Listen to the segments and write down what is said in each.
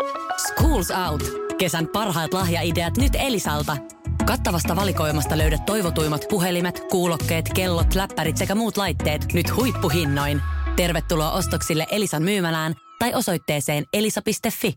Schools Out. Kesän parhaat lahjaideat nyt Elisalta. Kattavasta valikoimasta löydät toivotuimmat puhelimet, kuulokkeet, kellot, läppärit sekä muut laitteet nyt huippuhinnoin. Tervetuloa ostoksille Elisan myymälään tai osoitteeseen elisa.fi.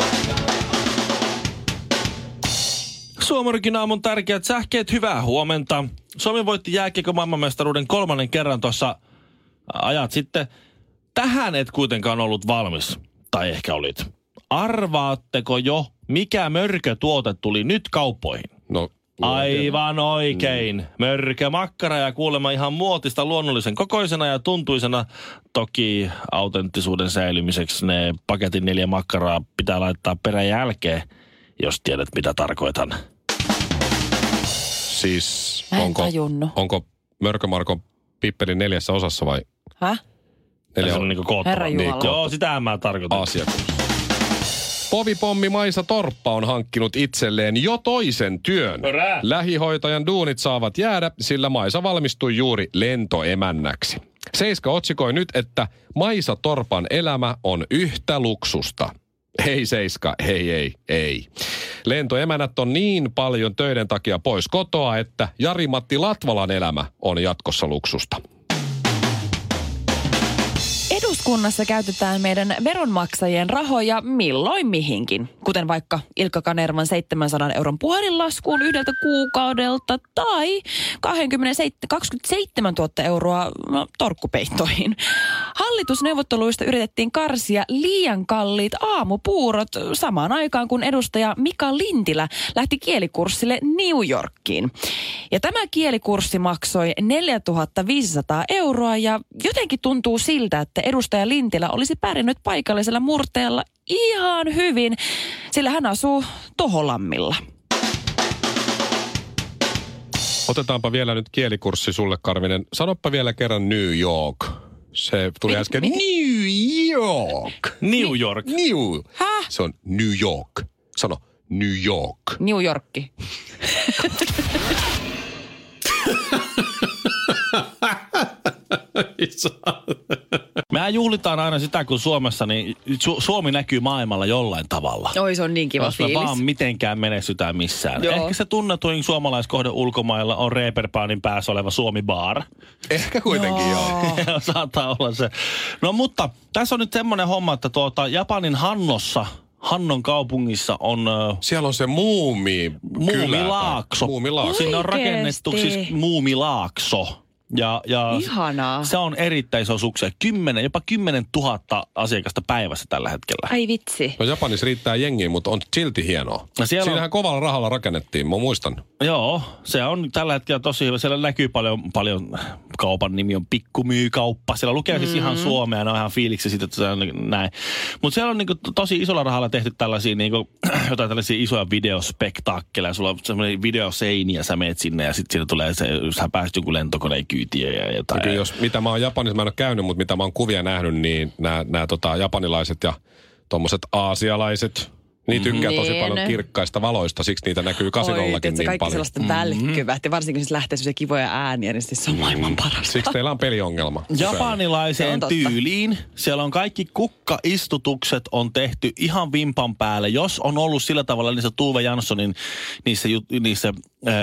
Suomarikin aamun tärkeät sähkeet, hyvää huomenta. Suomi voitti jääkiekon maailmanmestaruuden 3. kerran tuossa ajat sitten. Tähän et kuitenkaan ollut valmis. Tai ehkä olit. Arvaatteko jo, mikä mörkötuote tuli nyt kauppoihin? No, aivan oikein. Mörkömakkara ja kuulemma ihan muotista luonnollisen kokoisena ja tuntuisena. Toki autenttisuuden säilymiseksi ne paketin 4 makkaraa pitää laittaa perän jälkeen, jos tiedät mitä tarkoitan. Siis onko Mörkömarkon pippeli 4 osassa vai? Häh? 4 on niinku koottava. Niin, joo, sitähän mä tarkoitan. Asiakas. Povipommi Maisa Torppa on hankkinut itselleen jo toisen työn. Lähihoitajan duunit saavat jäädä, sillä Maisa valmistui juuri lentoemännäksi. Seiska otsikoi nyt, että Maisa Torpan elämä on yhtä luksusta. Ei Seiska, ei. Lentoemänät on niin paljon töiden takia pois kotoa, että Jari-Matti Latvalan elämä on jatkossa luksusta. Eduskunnassa käytetään meidän veronmaksajien rahoja milloin mihinkin. Kuten vaikka Ilkka Kanervan 700 euron puhelinlaskuun yhdeltä kuukaudelta tai 27 000 euroa torkkupeittoihin. Hallitusneuvotteluista yritettiin karsia liian kalliit aamupuurot samaan aikaan, kun edustaja Mika Lintilä lähti kielikurssille New Yorkiin. Ja tämä kielikurssi maksoi 4 500 euroa ja jotenkin tuntuu siltä, että edustaja Lintilä olisi pärjännyt paikallisella murteella ihan hyvin, sillä hän asuu Toholammilla. Otetaanpa vielä nyt kielikurssi sulle, Karvinen. Sanoppa vielä kerran New York. Se tuli äsken New York. New York. Häh? Se on New York. Sano New York. New Yorkki. Mehän juhlitaan aina sitä, kun Suomessa, niin Suomi näkyy maailmalla jollain tavalla. Oi, se on niin kiva fiilis. Jos me vaan mitenkään menestytään missään. Joo. Ehkä se tunnetuin suomalaiskohde ulkomailla on Reeperbahnin päässä oleva Suomi Bar. Ehkä kuitenkin joo. Saattaa olla se. No mutta tässä on nyt semmoinen homma, että Japanin Hannon kaupungissa on... Siellä on se Muumilaakso. Siinä on rakennettu siis Muumilaakso. Ja ihanaa. Se on erittäin iso sukseen. Jopa 10 000 asiakasta päivässä tällä hetkellä. Ai vitsi. No Japanissa riittää jengiä, mutta on silti hienoa. No siinähän kovalla rahalla rakennettiin, mä muistan. Joo, se on tällä hetkellä tosi hyvä. Siellä näkyy paljon kaupan nimi on Pikkumyykauppa. Siellä lukee siis ihan suomea, ne on ihan fiiliksi siitä, että se on näin. Mutta siellä on niinku tosi isolla rahalla tehty tällaisia niinku, jotain tällaisia isoja videospektaakkeleja. Sulla on semmoinen videoseini ja sä meet sinne ja sitten siitä tulee se, sä pääset jonkun lentokoneen kyytiin ja jotain. Kyllä mitä mä oon Japanissa, mä en ole käynyt, mutta mitä mä oon kuvia nähnyt, niin nämä japanilaiset ja tommoset aasialaiset, niin tykkää tosi paljon kirkkaista valoista, siksi niitä näkyy kasinollakin niin kaikki paljon. Sellaista välkkyvät ja varsinkin jos lähtee sellaisia kivoja ääniä, niin se on maailman parasta. Siksi teillä on peliongelma. Japanilaiseen tyyliin. Siellä on kaikki kukkaistutukset on tehty ihan vimpan päälle. Jos on ollut sillä tavalla niissä Tuve Janssonin niissä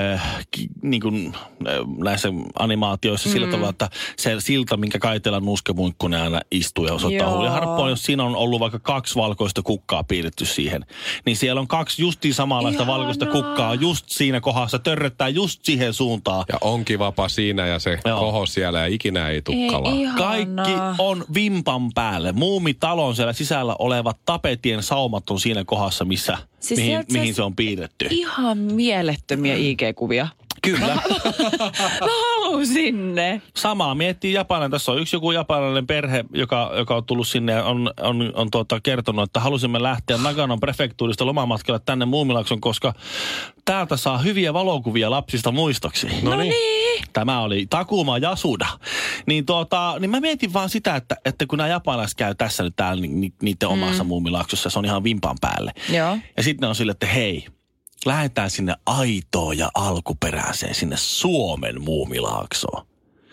niin kuin näissä animaatioissa sillä tavalla, että se silta, minkä Kaitela Nuskemuikkunen aina istuu ja osoittaa huulia harppoon, jos siinä on ollut vaikka 2 valkoista kukkaa piirretty siihen, niin siellä on 2 justiin samanlaista valkoista kukkaa just siinä kohdassa, törröttää just siihen suuntaan. Ja on kivapa siinä ja se koho siellä ja ikinä ei tukkala. Kaikki on vimpan päälle. Muumitalon siellä sisällä olevat tapetien saumat on siinä kohdassa, mihin se on piirretty. Ihan mielettömiä IG-kuvia. Kyllä. Mä haluun sinne. Samaa miettii Japanin. Tässä on yksi joku japanilainen perhe, joka on tullut sinne ja on kertonut, että halusimme lähteä Naganon prefektuurista lomamatkalle tänne Muumilaakson, koska täältä saa hyviä valokuvia lapsista muistoksi. No niin. Tämä oli Takuma Yasuda. Niin mä mietin vaan sitä, että kun nämä japanilaiset käy tässä nyt täällä niiden omassa Muumilaaksossa, se on ihan vimpan päälle. Joo. Ja sitten on sille, että hei, lähdetään sinne aitoon ja alkuperäiseen, sinne Suomen Muumilaaksoon.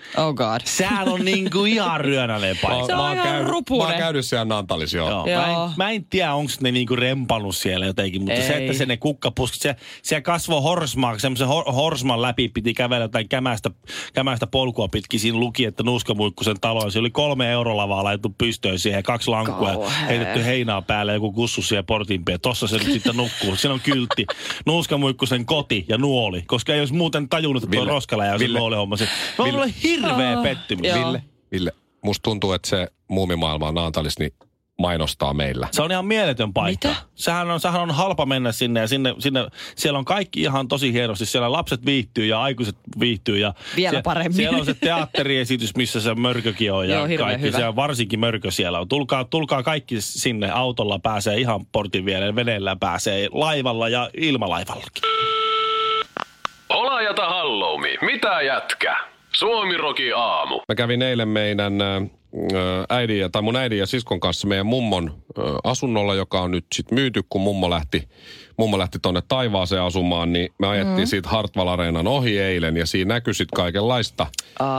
Oh god. Sehän on niinku ihan ryönäinen paikka. Se on ihan rupunen. Mä oon käynyt siellä Naantalis, joo. Mä en tiedä, onko ne niinku rempannut siellä jotenkin, mutta se, että se ne kukkapuskit, se kasvoi horsmaa, semmoisen horsman läpi piti kävellä jotain kämästä polkua pitkin. Siinä luki, että Nuuskamuikkusen talo, se oli 3 eurolavaa laitettu pystöön siihen, 2 lankkua ja heitetty heinää päälle, joku kussu siihen portin pie. Tossa se nyt sitten nukkuu. Siinä on kyltti, Nuuskamuikkusen koti ja nuoli, koska ei olisi muuten tajunnut, että tuo roskaläjä on se nuolihomma. Se on ollut hirveä pettymys. Ville, musta tuntuu, että se muumimaailma Naantalis niin mainostaa meillä. Se on ihan mieletön paikka. Mitä? Sehän on halpa mennä sinne ja sinne siellä on kaikki ihan tosi hienosti. Siellä lapset viihtyy ja aikuiset viihtyy. Ja vielä paremmin. Siellä on se teatteriesitys, missä se Mörkökin on. Joo, ja kaikki. hyvä. Siellä varsinkin Mörkö siellä on. Tulkaa kaikki sinne. Autolla pääsee ihan portin viereen, veneellä pääsee, laivalla ja ilmalaivalla. Olajata halloumi, mitä jätkä? Suomiroki aamu. Mä kävin eilen meidän mun äidin ja siskon kanssa meidän mummon asunnolla, joka on nyt sit myyty, kun mummo lähti tonne taivaaseen asumaan, niin me ajettiin siitä Hartwall Areenan ohi eilen ja siinä näkyi sit kaikenlaista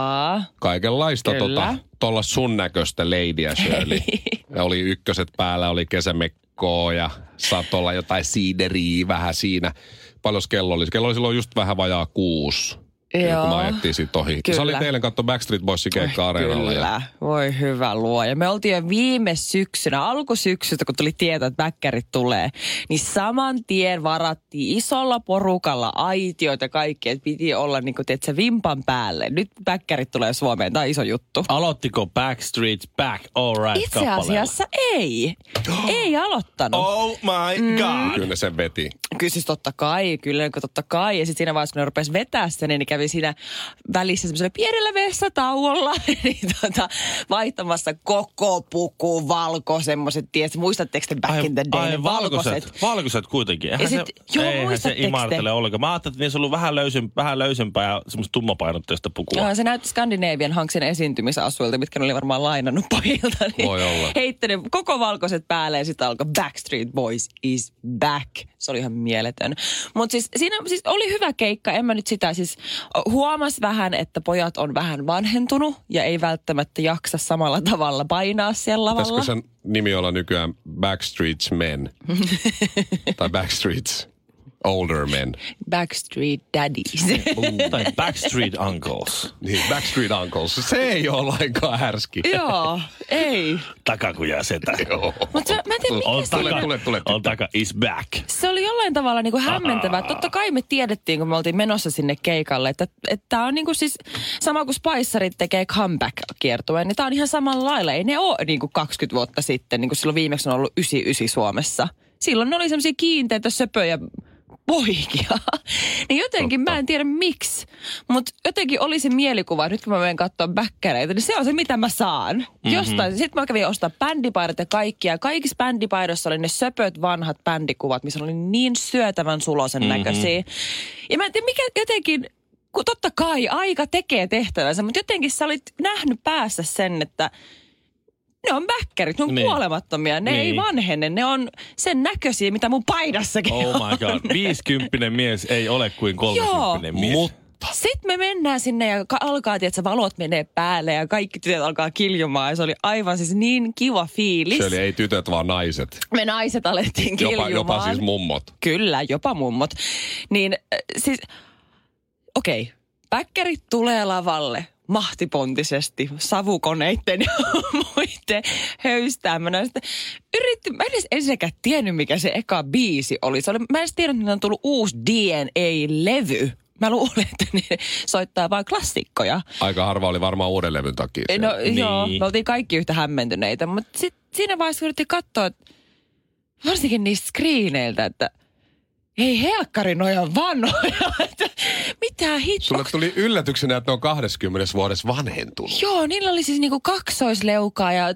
tuolla sun näköistä Ladyä Shirley. Ja oli ykköset päällä, oli kesämekkoa ja saattoi olla jotain siideriä vähän siinä. Paljon kello oli? Kello oli silloin just vähän vajaa 6. Joo. Kun me ajettiin siitä ohi. Sä olit eilen katsoa Backstreet Boysin keikka Areenalla. Kyllä, voi hyvä luoja. Me oltiin jo viime syksynä, alkusyksystä, kun tuli tieto, että bäkkärit tulee, niin saman tien varattiin isolla porukalla aitioita ja kaikki, että piti olla niin kuin, tiedätkö, vimpan päälle. Nyt bäkkärit tulee Suomeen, tämä on iso juttu. Aloittiko Backstreet's Back Alright Itse asiassa ei. Ei aloittanut. Oh my god. Kyllä ne sen veti. Kyllä siis totta kai. Ja sitten siinä vaiheessa, kun ne rupesi vetää sen, niin kävi siinä välissä semmoisella pienellä vessatauolla, niin vaihtamassa koko puku valko semmoiset, tiedätkö, muistatteko te back in the day, valkoiset kuitenkin. Eihän se imartele ollenkaan. Mä ajattelin, että niissä on ollut vähän löysempää ja semmoista tummapainotteista pukua. Joo, se näytti Scandinavian Hanksin esiintymisasuilta, mitkä ne oli varmaan lainannut pojilta. Niin voi olla. Heittänyt koko valkoiset päälle ja sitten alkoi Backstreet Boys is back. Se oli ihan mieletön. Mutta siis siinä siis oli hyvä keikka, en mä nyt sitä siis huomas vähän, että pojat on vähän vanhentunut ja ei välttämättä jaksa samalla tavalla painaa siellä lavalla. Pitäisikö sen nimi olla nykyään Backstreet's Men? Tai Backstreet's Older Men? Backstreet Daddies. Tai Backstreet Uncles. Niin, Backstreet Uncles. Se ei ole lainkaan härski. Joo, ei. Takakuja setä. Joo. Mutta mä en tiedä, Tule. On taka is back. se oli jollain tavalla niinku hämmentävää. Totta kai me tiedettiin, kun me oltiin menossa sinne keikalle, että tää on niinku siis sama kuin Spicerit tekee comeback-kiertueen, niin tää on ihan samalla lailla. Ei ne ole niinku 20 vuotta sitten, niin kuin silloin viimeksi on ollut 99 Suomessa. Silloin ne oli semmoisia kiinteitä söpöjä poikia. Niin jotenkin mä en tiedä miksi, mutta jotenkin oli se mielikuva, nyt kun mä menen katsoa bäkkäreitä, niin se on se mitä mä saan. Jostain. Sitten mä kävin ostaa bändipaidat ja kaikkia. Kaikissa bändipaidoissa oli ne söpöt vanhat bändikuvat, missä oli niin syötävän sulosen näköisiä. Ja mä en tiedä mikä jotenkin, kun totta kai aika tekee tehtävänsä, mutta jotenkin sä olit nähnyt päässä sen, että ne on bäkkärit, ne on kuolemattomia, ne ei vanhene, ne on sen näköisiä, mitä mun paidassakin on. Oh my god, 50 mies ei ole kuin 30 mies. Mutta Sitten me mennään sinne ja alkaa, että valot menee päälle ja kaikki tytöt alkaa kiljumaan. Ja se oli aivan siis niin kiva fiilis. se oli ei tytöt, vaan naiset. Me naiset alettiin kiljumaan. Jopa siis mummot. Kyllä, jopa mummot. Niin siis, okei, bäkkärit tulee lavalle mahtipontisesti savukoneitten ja muiden höystäämänä. Mä en edes ensinnäkään tiennyt, mikä se eka biisi oli. Mä en edes tiennyt, että on tullut uusi DNA-levy. Mä luulen, että ne soittaa vain klassikkoja. Aika harva oli varmaan uuden levyn takia. No niin. joo, me oltiin kaikki yhtä hämmentyneitä. Mutta sitten siinä vaiheessa yritettiin katsoa, varsinkin niistä screeneiltä, että ei helkkari noja vanhoja. Mitä hittoa? Sulle tuli yllätyksenä, että ne on 20 vuodessa vanhentunut. Joo, niillä oli siis niinku kaksoisleukaa ja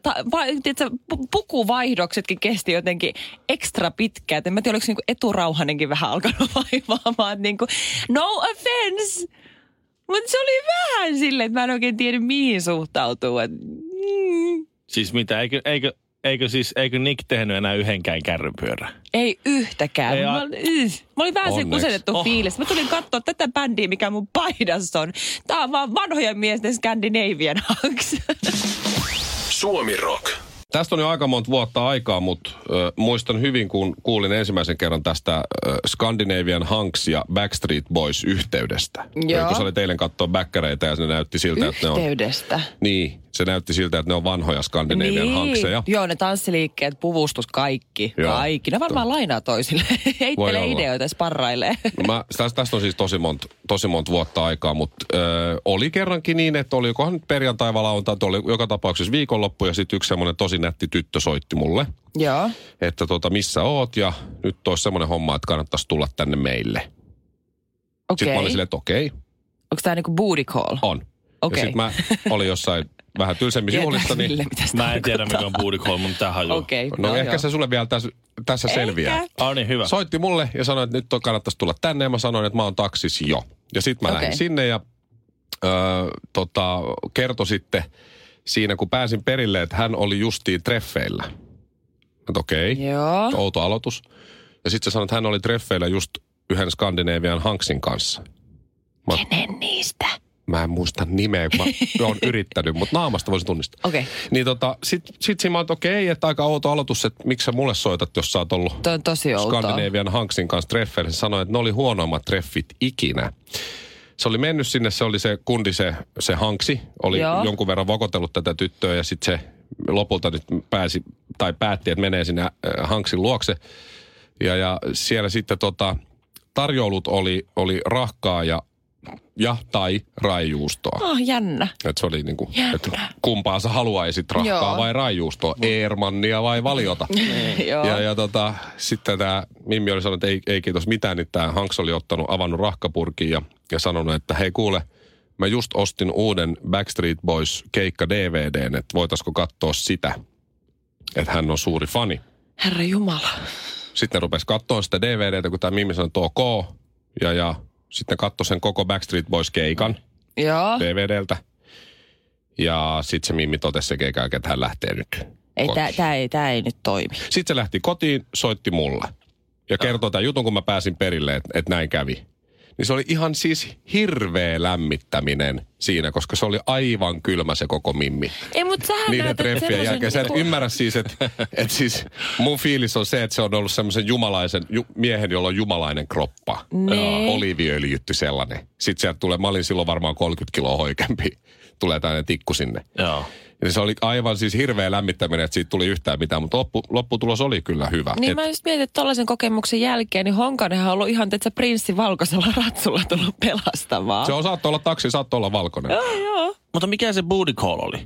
pukuvaihdoksetkin kesti jotenkin ekstra pitkään. En mä tiedä, oliko niinku eturauhanenkin vähän alkanut vaivaamaan. Niinku, no offense! Mutta se oli vähän silleen, että mä en oikein tiedä mihin suhtautuu. Siis mitä, eikö eikö Nick tehnyt enää yhdenkään kärrypyörää? Ei yhtäkään. Mä olin vähän sen kusetettu fiilis. Mä tulin katsoa tätä bändiä, mikä mun paidassa on. Tää on vaan vanhojen miesten Scandinavian Hunks. Suomi Rock. Tästä on jo aika monta vuotta aikaa, mutta muistan hyvin, kun kuulin ensimmäisen kerran tästä Scandinavian Hunks ja Backstreet Boys yhteydestä. Joo. Kun sä olit eilen katsoa bäkkäreitä ja se näytti siltä, että ne on... Yhteydestä? Niin, se näytti siltä, että ne on vanhoja Scandinavian Hunkseja. Joo, ne tanssiliikkeet, puvustus, kaikki. Joo. Kaikki. Ne varmaan lainaa toisille. Heittelee ideoita ja sparrailee. No tästä on siis tosi monta vuotta aikaa, mutta oli kerrankin niin, että olikohan nyt perjantai vai lauantai, oli joka tapauksessa viikonloppu ja sitten yksi semmoinen tosi nätti tyttö soitti mulle. Joo. Että missä oot ja nyt olisi semmoinen homma, että kannattaisi tulla tänne meille. Okei. Sitten mä olin silleen, että okei. Onko tää niinku booty call? On. Okei. Ja sitten mä olin jossain vähän tylsemmissä juhlissa, niin... Mä en tiedä, mikä on booty call, mutta tämähän hajuu. Okei. No ehkä se sulle vielä tässä selviää. Niin, hyvä. Soitti mulle ja sanoi, että nyt kannattaisi tulla tänne ja mä sanoin, että mä oon taksis jo. Ja sitten mä lähdin sinne ja kertoi sitten siinä, kun pääsin perille, että hän oli justiin treffeillä. Että okei. Joo. Outo aloitus. Ja sitten se sanoi, että hän oli treffeillä just yhden Scandinavian Hunksin kanssa. Kenen niistä? Mä en muista nimeä, kun mä oon yrittänyt, mutta naamasta voisin tunnistaa. Okei. Niin sit siinä mä oon, että okei, että aika outo aloitus, että miksi sä mulle soitat, jos sä oot ollut Toi on tosi outoa. Scandinavian Hunksin kanssa treffeillä. Se sanoi, että ne oli huonoimmat treffit ikinä. Se oli mennyt sinne, se oli se kundi, se Hunksi, oli jonkun verran vokotellut tätä tyttöä ja sitten se lopulta nyt päätti, että menee sinne Hunksin luokse. Ja siellä sitten tarjoulut oli rahkaa tai raijuustoa. Jännä. Että se oli niinku, että kumpaa sä haluaisit, rahkaa vai raijuustoa, Eermannia vai Valiota. ja sitten tämä Mimmi oli sanonut, että ei kiitos mitään, niin tämä Hunks oli avannut rahkapurkin ja sanonut, että hei kuule, mä just ostin uuden Backstreet Boys keikka DVDn, että voitaisiko katsoa sitä, että hän on suuri fani. Herra Jumala. Sitten ne rupesi katsoa sitä DVDtä, kun tämä Mimmi sanoi, että ok, ja sitten katsoi sen koko Backstreet Boys keikan DVDltä. Ja sitten se Mimmi totesi se keikan, että hän lähtee nyt kotiin. Tää ei nyt toimi. Sitten se lähti kotiin, soitti mulle. Ja kertoi tämän jutun, kun mä pääsin perille, että näin kävi. Niin se oli ihan siis hirveä lämmittäminen siinä, koska se oli aivan kylmä se koko Mimmi. Ei, mutta sähän niiden treffien jälkeen. Sä et ymmärrä siis, että siis mun fiilis on se, että se on ollut semmoisen jumalaisen miehen, jolla on jumalainen kroppa. Oliiviöljytty sellainen. Sitten sieltä tulee, mä olin silloin varmaan 30 kiloa hoikempi. Tulee tämmöinen tikku sinne. Joo. Ja se oli aivan siis hirveä lämmittäminen, että siitä tuli yhtään mitään, mutta lopputulos oli kyllä hyvä. Niin mä just mietin, että tollaisen kokemuksen jälkeen, niin Honkanenhan on ollut ihan, että prinssi valkoisella ratsulla tullut pelastamaan. Se on saattoi olla taksi, saattoi olla valkoinen. Joo. Mutta mikä se booty call oli?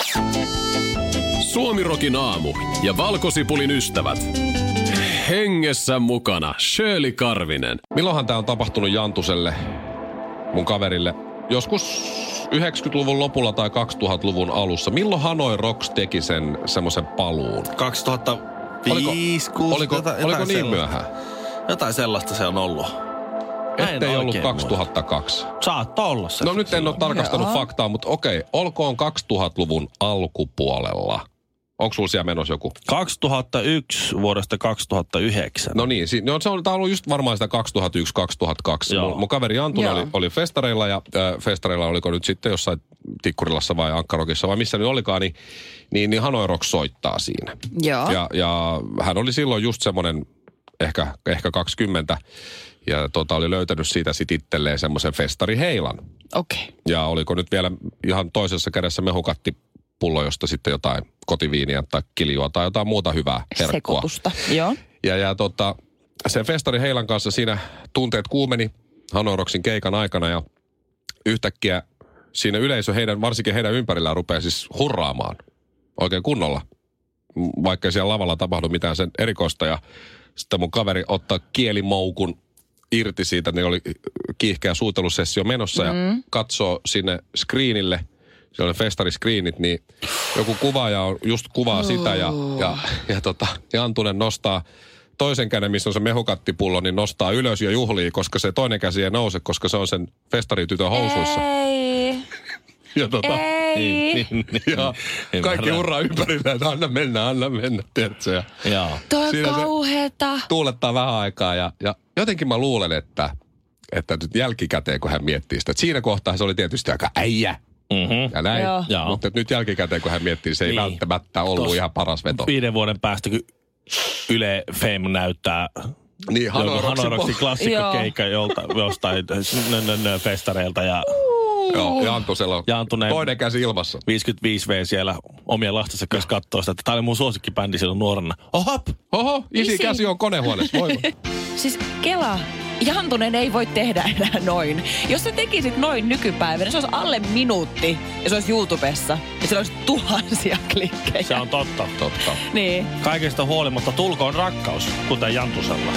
Suomi Rockin aamu ja Valkosipulin ystävät. Hengessä mukana Shirley Karvinen. Milloinhan tää on tapahtunut Jantuselle, mun kaverille? Joskus 90-luvun lopulla tai 2000-luvun alussa. Milloin Hanoi Rocks teki semmoisen paluun? 2005, 2006. Oliko niin myöhään? Jotain sellaista se on ollut. Ettei ollut 2002. Saattaa olla se. No nyt en ole tarkastanut faktaa, mutta okei. Olkoon 2000-luvun alkupuolella. Onko sulla siellä menossa joku? 2001 vuodesta 2009. No niin, tämä on ollut just varmaan sitä 2001-2002. Mun kaveri Antuna oli festareilla ja festareilla oliko nyt sitten jossain Tikkurilassa vai Ankkarokissa vai missä nyt olikaan, niin Hanoi Rock soittaa siinä. Joo. Ja hän oli silloin just semmoinen ehkä 20 ja oli löytänyt siitä sit itselleen semmoisen festariheilan. Okei. Ja oliko nyt vielä ihan toisessa kädessä mehukattipullo, josta sitten jotain kotiviiniä tai kiljua tai jotain muuta hyvää herkkua. Sekoitusta, joo. Ja sen festariheilan kanssa siinä tunteet kuumeni Hanoi Rocksin keikan aikana ja yhtäkkiä siinä yleisö varsinkin heidän ympärillään rupeaa siis hurraamaan oikein kunnolla. Vaikka ei siellä lavalla tapahdu mitään sen erikoista ja sitten mun kaveri ottaa kielimoukun irti siitä, niin oli kiihkeä suutelusessio menossa ja katsoo sinne screenille, siellä on festariskriinit, niin joku kuvaaja just kuvaa sitä ja Antunen nostaa toisen käden, missä on se mehukattipullo, niin nostaa ylös ja juhlii, koska se toinen käsi ei nouse, koska se on sen festaritytön housuissa. Ei. Ja Hei! Ja kaikki hurraa ympärillä, että anna mennä, tiedätkö? Toi on kauheeta. Tuulettaa vähän aikaa ja jotenkin mä luulen, että nyt jälkikäteen, kun hän miettii sitä, että siinä kohtaa se oli tietysti aika äijä. Ja näin. Mutta nyt jälkikäteen, kun hän miettii, se ei välttämättä ollut ihan paras veto. 5 vuoden päästä, kun Yle Fame näyttää niin, Hanoroksin klassikkokeikka jostain festareilta ja Jantusella on toinen käsi ilmassa. 55V siellä omien lastensa kanssa katsoo sitä, että tämä oli mun suosikkibändi silloin nuorena. Oho, isi käsi on konehuoneessa, voima. Siis Kela, Jantunen ei voi tehdä enää noin. Jos sä tekisit noin nykypäivänä, se olisi alle minuutti ja se olisi YouTubessa ja sillä olisi tuhansia klikkejä. Se on totta. Niin. Kaikesta huolimatta tulkoon rakkaus, kuten Jantusella.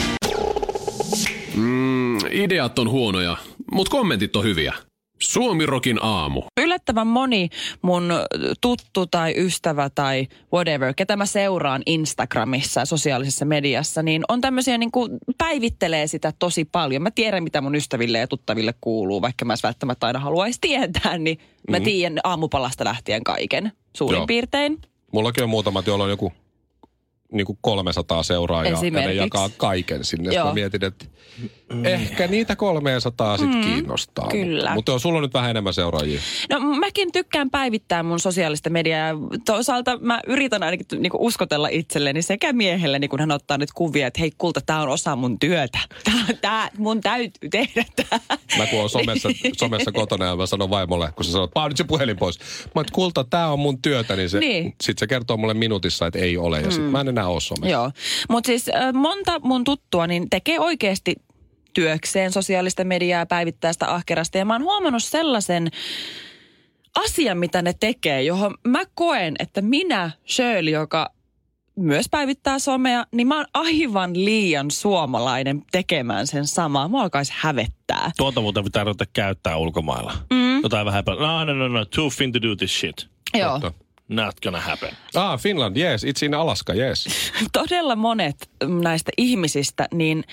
Ideat on huonoja, mutta kommentit on hyviä. Suomi-rokin aamu. Yllättävän moni mun tuttu tai ystävä tai whatever, ketä mä seuraan Instagramissa ja sosiaalisessa mediassa, niin on tämmöisiä niin kuin päivittelee sitä tosi paljon. Mä tiedän, mitä mun ystäville ja tuttaville kuuluu, vaikka mä välttämättä aina haluaisi tietää, niin mä tiedän aamupalasta lähtien kaiken suurin piirtein. Mullakin on muutamat, joilla on joku niin kuin 300 seuraajaa ja ne jakaa kaiken sinne. Mä mietin, että ehkä niitä 300 sit kiinnostaa. Kyllä. Mutta sulla on nyt vähän enemmän seuraajia. No mäkin tykkään päivittää mun sosiaalista mediaa. Toisaalta mä yritän ainakin niinku uskotella itselleni sekä miehelleni, kun hän ottaa nyt kuvia, että hei kulta, tää on osa mun työtä. Tää mun täytyy tehdä tää. Mä kun oon somessa kotona ja mä sanon vaimolle, kun sä sanot, nyt se puhelin pois. Mä oon, kulta, tää on mun työtä, niin sit se kertoo mulle minuutissa, että ei ole. Ja sit mä en enää ole somessa. Joo, mutta siis monta mun tuttua niin tekee oikeasti työkseen sosiaalista mediaa, päivittää sitä ahkerasti. Ja mä oon huomannut sellaisen asian, mitä ne tekee, johon mä koen, että minä, Shirley, joka myös päivittää somea, niin mä oon aivan liian suomalainen tekemään sen samaa. Mä alkaisi hävettää. Tuota muuten pitää ruveta käyttää ulkomailla. Jotain vähän no, too thin to do this shit. Joo. Not gonna happen. Finland, yes. It's in Alaska, yes. Todella monet näistä ihmisistä, niin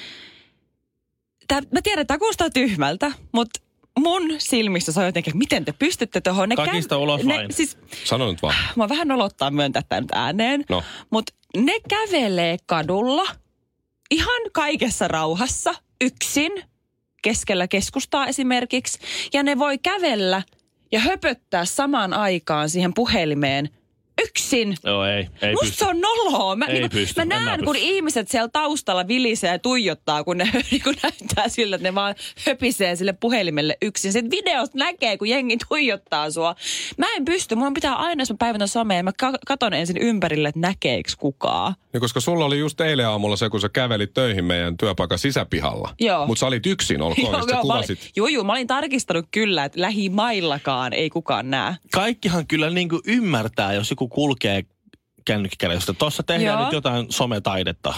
mä tiedän, että tämä kuulostaa tyhmältä, mutta mun silmissä se on jotenkin, miten te pystytte tuohon. Kakista ulos vain. Siis, sano nyt vaan. Mä vähän nolottaa myöntää tämän nyt ääneen. No. Mutta ne kävelee kadulla ihan kaikessa rauhassa, yksin, keskellä keskustaa esimerkiksi. Ja ne voi kävellä ja höpöttää samaan aikaan siihen puhelimeen yksin. Joo, ei Musta pysty. se on noloa. Mä Pysty. näen, kun ihmiset siellä taustalla vilisee ja tuijottaa, kun ne niin näyttää siltä, että ne vaan höpisee sille puhelimelle yksin. Sitten videosta näkee, kun jengi tuijottaa sua. Mä en pysty. Mun pitää aina, jos mä päivitän somea, mä katon ensin ympärille, että näkeekö kukaan. Ja koska sulla oli just eilen aamulla se, kun sä kävelit töihin meidän työpaikan sisäpihalla. Joo. Mutta sä olit yksin, olkoon, että kuvasit. Joo, mä olin tarkistanut kyllä, että lähimaillakaan ei kukaan näe. Kaikkihan kyllä niinku ymmärtää, jos joku kulkee kännykkäkädessä. Tuossa tehdään nyt jotain sometaidetta.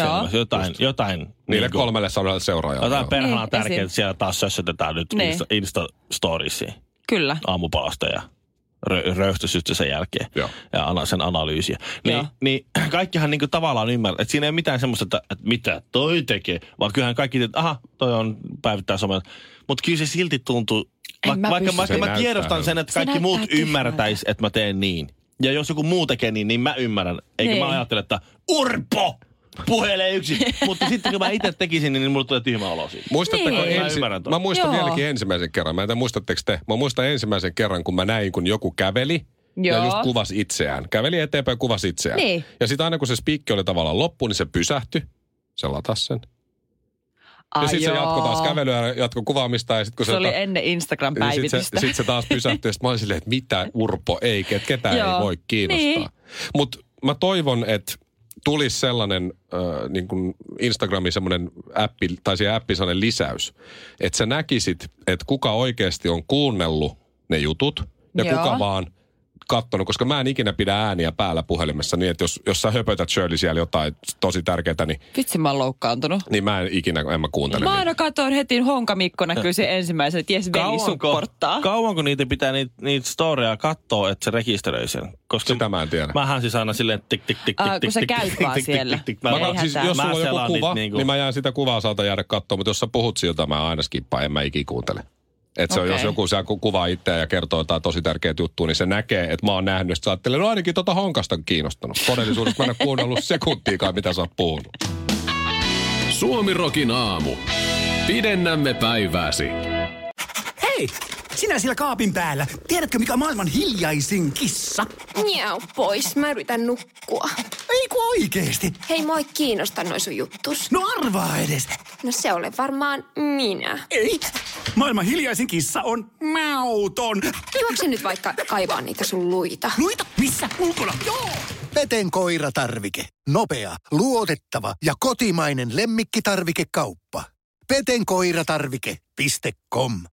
Jotain. Niille niinku, 300 seuraajaa. Jotain perhana tärkeää, että siellä taas sössötetään nyt Insta-storiesiin. Kyllä. Aamupalasta ja röyhtösystä sen jälkeen. Joo. Ja sen analyysiä. Niin kaikkihan niinku tavallaan ymmärtää, että siinä ei ole mitään semmoista, että mitä toi tekee. Vaan kyllähän kaikki, että toi on päivittää somea. Mutta kyllä se silti tuntuu, vaikka mä tiedostan sen, että kaikki muut ymmärtäis, että mä teen niin. Ja jos joku muu tekee niin mä ymmärrän. Eikä mä ajattele, että Urpo puhelee yksin. Mutta sitten kun mä itse tekisin, niin mulle tulee tyhmä olo siitä. Muistatteko mä muistan vieläkin ensimmäisen kerran. Mä en tiedä, muistatteko te? Mä muistan ensimmäisen kerran, kun mä näin, kun joku käveli. Ja just kuvasi itseään. Käveli eteenpäin ja kuvasi itseään. Niin. Ja sitten aina kun se spiikki oli tavallaan loppu, niin se pysähtyi. Se latasi sen. Ja sitten se jatkoi taas kävelyä ja jatkoi kuvaamista. Ja sit, kun se oli ennen Instagram-päivitystä. Sitten se taas pysähtyi. Ja sitten mä olin silleen, että mitä Urpo ei, ketään ei voi kiinnostaa. Niin. Mutta mä toivon, että tulisi sellainen niin kuin Instagramin semmoinen appi, tai siihen appi sellainen lisäys, että sä näkisit, että kuka oikeasti on kuunnellut ne jutut ja kuka vaan katsonut, koska mä en ikinä pidä ääniä päällä puhelimessa niin, että jos sä höpötät Shirley siellä jotain tosi tärkeää, niin vitsi mä oon loukkaantunut. Niin mä en mä kuuntele. Mä aina katson heti Honka Mikko näkyy sen ensimmäisen, että jes veli supporttaa. Kauanko niitä pitää niitä storeja katsoa, että se rekisteröi sen? Koska sitä mä en tiedä. Mähän siis aina silleen tik. Kun sä käyt vaan siellä. Jos sulla on joku kuva, niin mä jään sitä kuvaa, saatan jäädä katsoa, mutta jos sä puhut siltä, mä aina skippaan, en mä ikin kuuntele. Että se on, jos joku siellä kuvaa itseä ja kertoo jotain tosi tärkeää juttua, niin se näkee, että mä oon nähnyt. Sitten ajattelee, no ainakin Honkasta on kiinnostanut. Todellisuudessa mä en ole kuunnellut sekuntiikaan, mitä sä oot puhunut. Suomi-rokin aamu. Pidennämme päivääsi. Hei! Sinä siellä kaapin päällä. Tiedätkö, mikä on maailman hiljaisin kissa? Miau pois, mä yritän nukkua. Ei kun oikeesti. Hei, moi kiinnostaa noi sun juttus. No arvaa edes. No se ole varmaan minä. Ei. Maailman hiljaisin kissa on mauton. Juokse nyt vaikka kaivaa niitä sun luita. Luita? Missä? Ulkona? Joo! Peten koiratarvike. Nopea, luotettava ja kotimainen lemmikkitarvikekauppa. petenkoiratarvike.com